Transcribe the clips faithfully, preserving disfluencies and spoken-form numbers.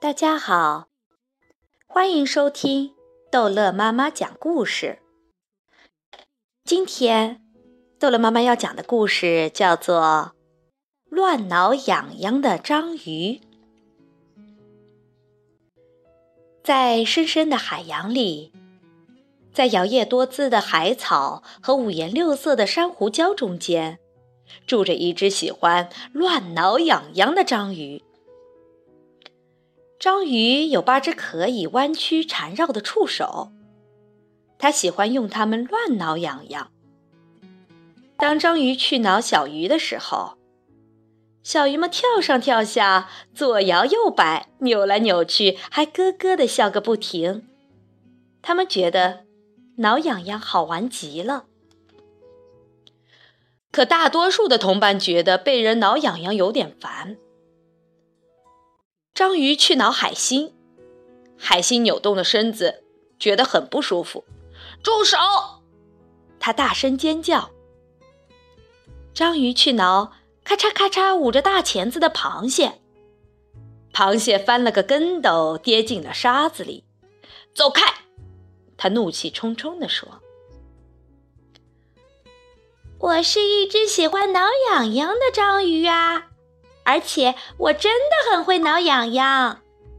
大家好，欢迎收听逗乐妈妈讲故事。今天逗乐妈妈要讲的故事叫做乱挠痒痒的章鱼。在深深的海洋里，在摇曳多姿的海草和五颜六色的珊瑚礁中间，住着一只喜欢乱挠痒痒的章鱼。章鱼有八只可以弯曲缠绕的触手，它喜欢用它们乱挠痒痒。当章鱼去挠小鱼的时候，小鱼们跳上跳下，左摇右摆，扭来扭去，还咯咯地笑个不停。它们觉得挠痒痒好玩极了。可大多数的同伴觉得被人挠痒痒有点烦。章鱼去挠海星，海星扭动的身子，觉得很不舒服。住手！它大声尖叫。章鱼去挠咔嚓咔嚓捂着大钳子的螃蟹，螃蟹翻了个跟斗，跌进了沙子里。走开！它怒气冲冲地说。我是一只喜欢挠痒痒的章鱼啊，而且我真的很会挠痒痒。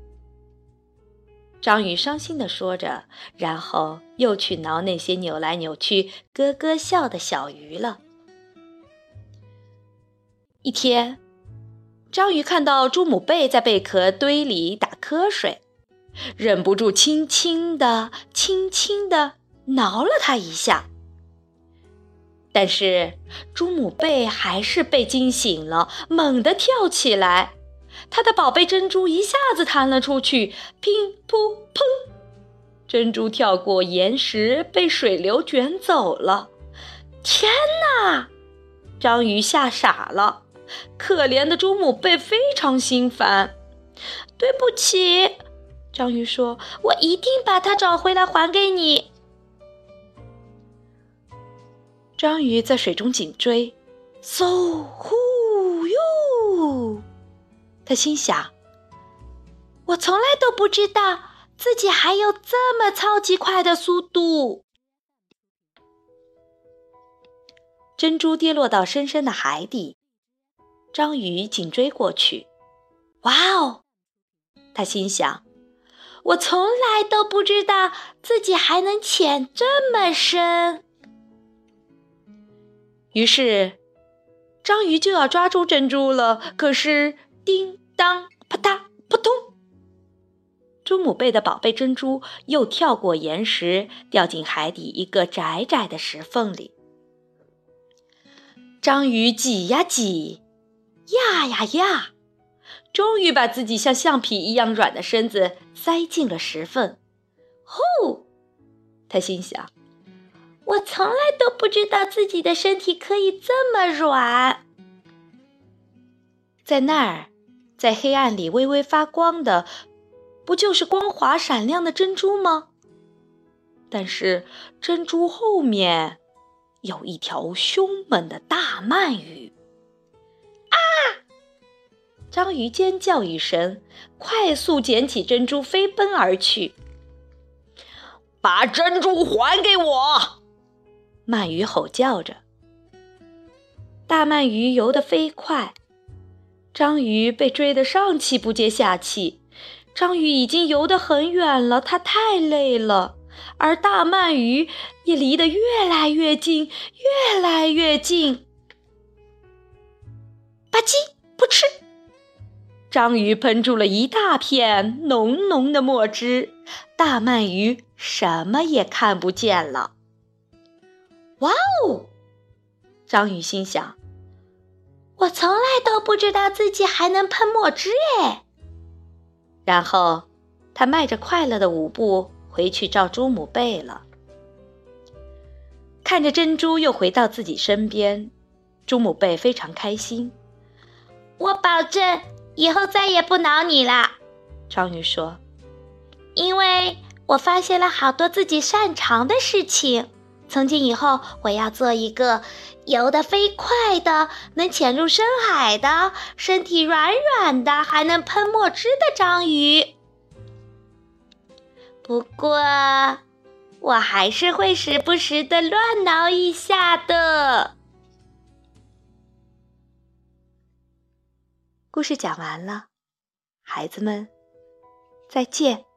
章鱼伤心地说着，然后又去挠那些扭来扭去、咯咯笑的小鱼了。一天，章鱼看到猪母贝在贝壳堆里打瞌睡，忍不住轻轻地、轻轻地挠了它一下。但是猪母贝还是被惊醒了，猛地跳起来，它的宝贝珍珠一下子弹了出去，乒噗砰，珍珠跳过岩石，被水流卷走了。天哪！章鱼吓傻了，可怜的猪母贝非常心烦。对不起，章鱼说，我一定把它找回来还给你。章鱼在水中紧追，嗖呼哟！他心想，我从来都不知道自己还有这么超级快的速度。珍珠跌落到深深的海底，章鱼紧追过去。哇哦！他心想，我从来都不知道自己还能潜这么深。于是章鱼就要抓住珍珠了，可是叮当啪嗒扑通，猪母贝的宝贝珍珠又跳过岩石，掉进海底一个窄窄的石缝里。章鱼挤呀挤，压呀压，终于把自己像橡皮一样软的身子塞进了石缝。呼！他心想，我从来都不知道自己的身体可以这么软。在那儿，在黑暗里微微发光的，不就是光滑闪亮的珍珠吗？但是珍珠后面有一条凶猛的大鳗鱼。啊！章鱼尖叫一声，快速捡起珍珠飞奔而去。把珍珠还给我！鳗鱼吼叫着。大鳗鱼游得飞快，章鱼被追得上气不接下气。章鱼已经游得很远了，它太累了，而大鳗鱼也离得越来越近，越来越近。吧唧扑哧，章鱼喷出了一大片浓浓的墨汁，大鳗鱼什么也看不见了。哇哦！章鱼心想，我从来都不知道自己还能喷墨汁耶。然后他迈着快乐的舞步回去找猪母贝了。看着珍珠又回到自己身边，猪母贝非常开心。我保证以后再也不挠你啦，章鱼说，因为我发现了好多自己擅长的事情。 从今以后，我要做一个游得飞快的，能潜入深海的，身体软软的，还能喷墨汁的章鱼。不过，我还是会时不时的乱挠一下的。故事讲完了，孩子们，再见。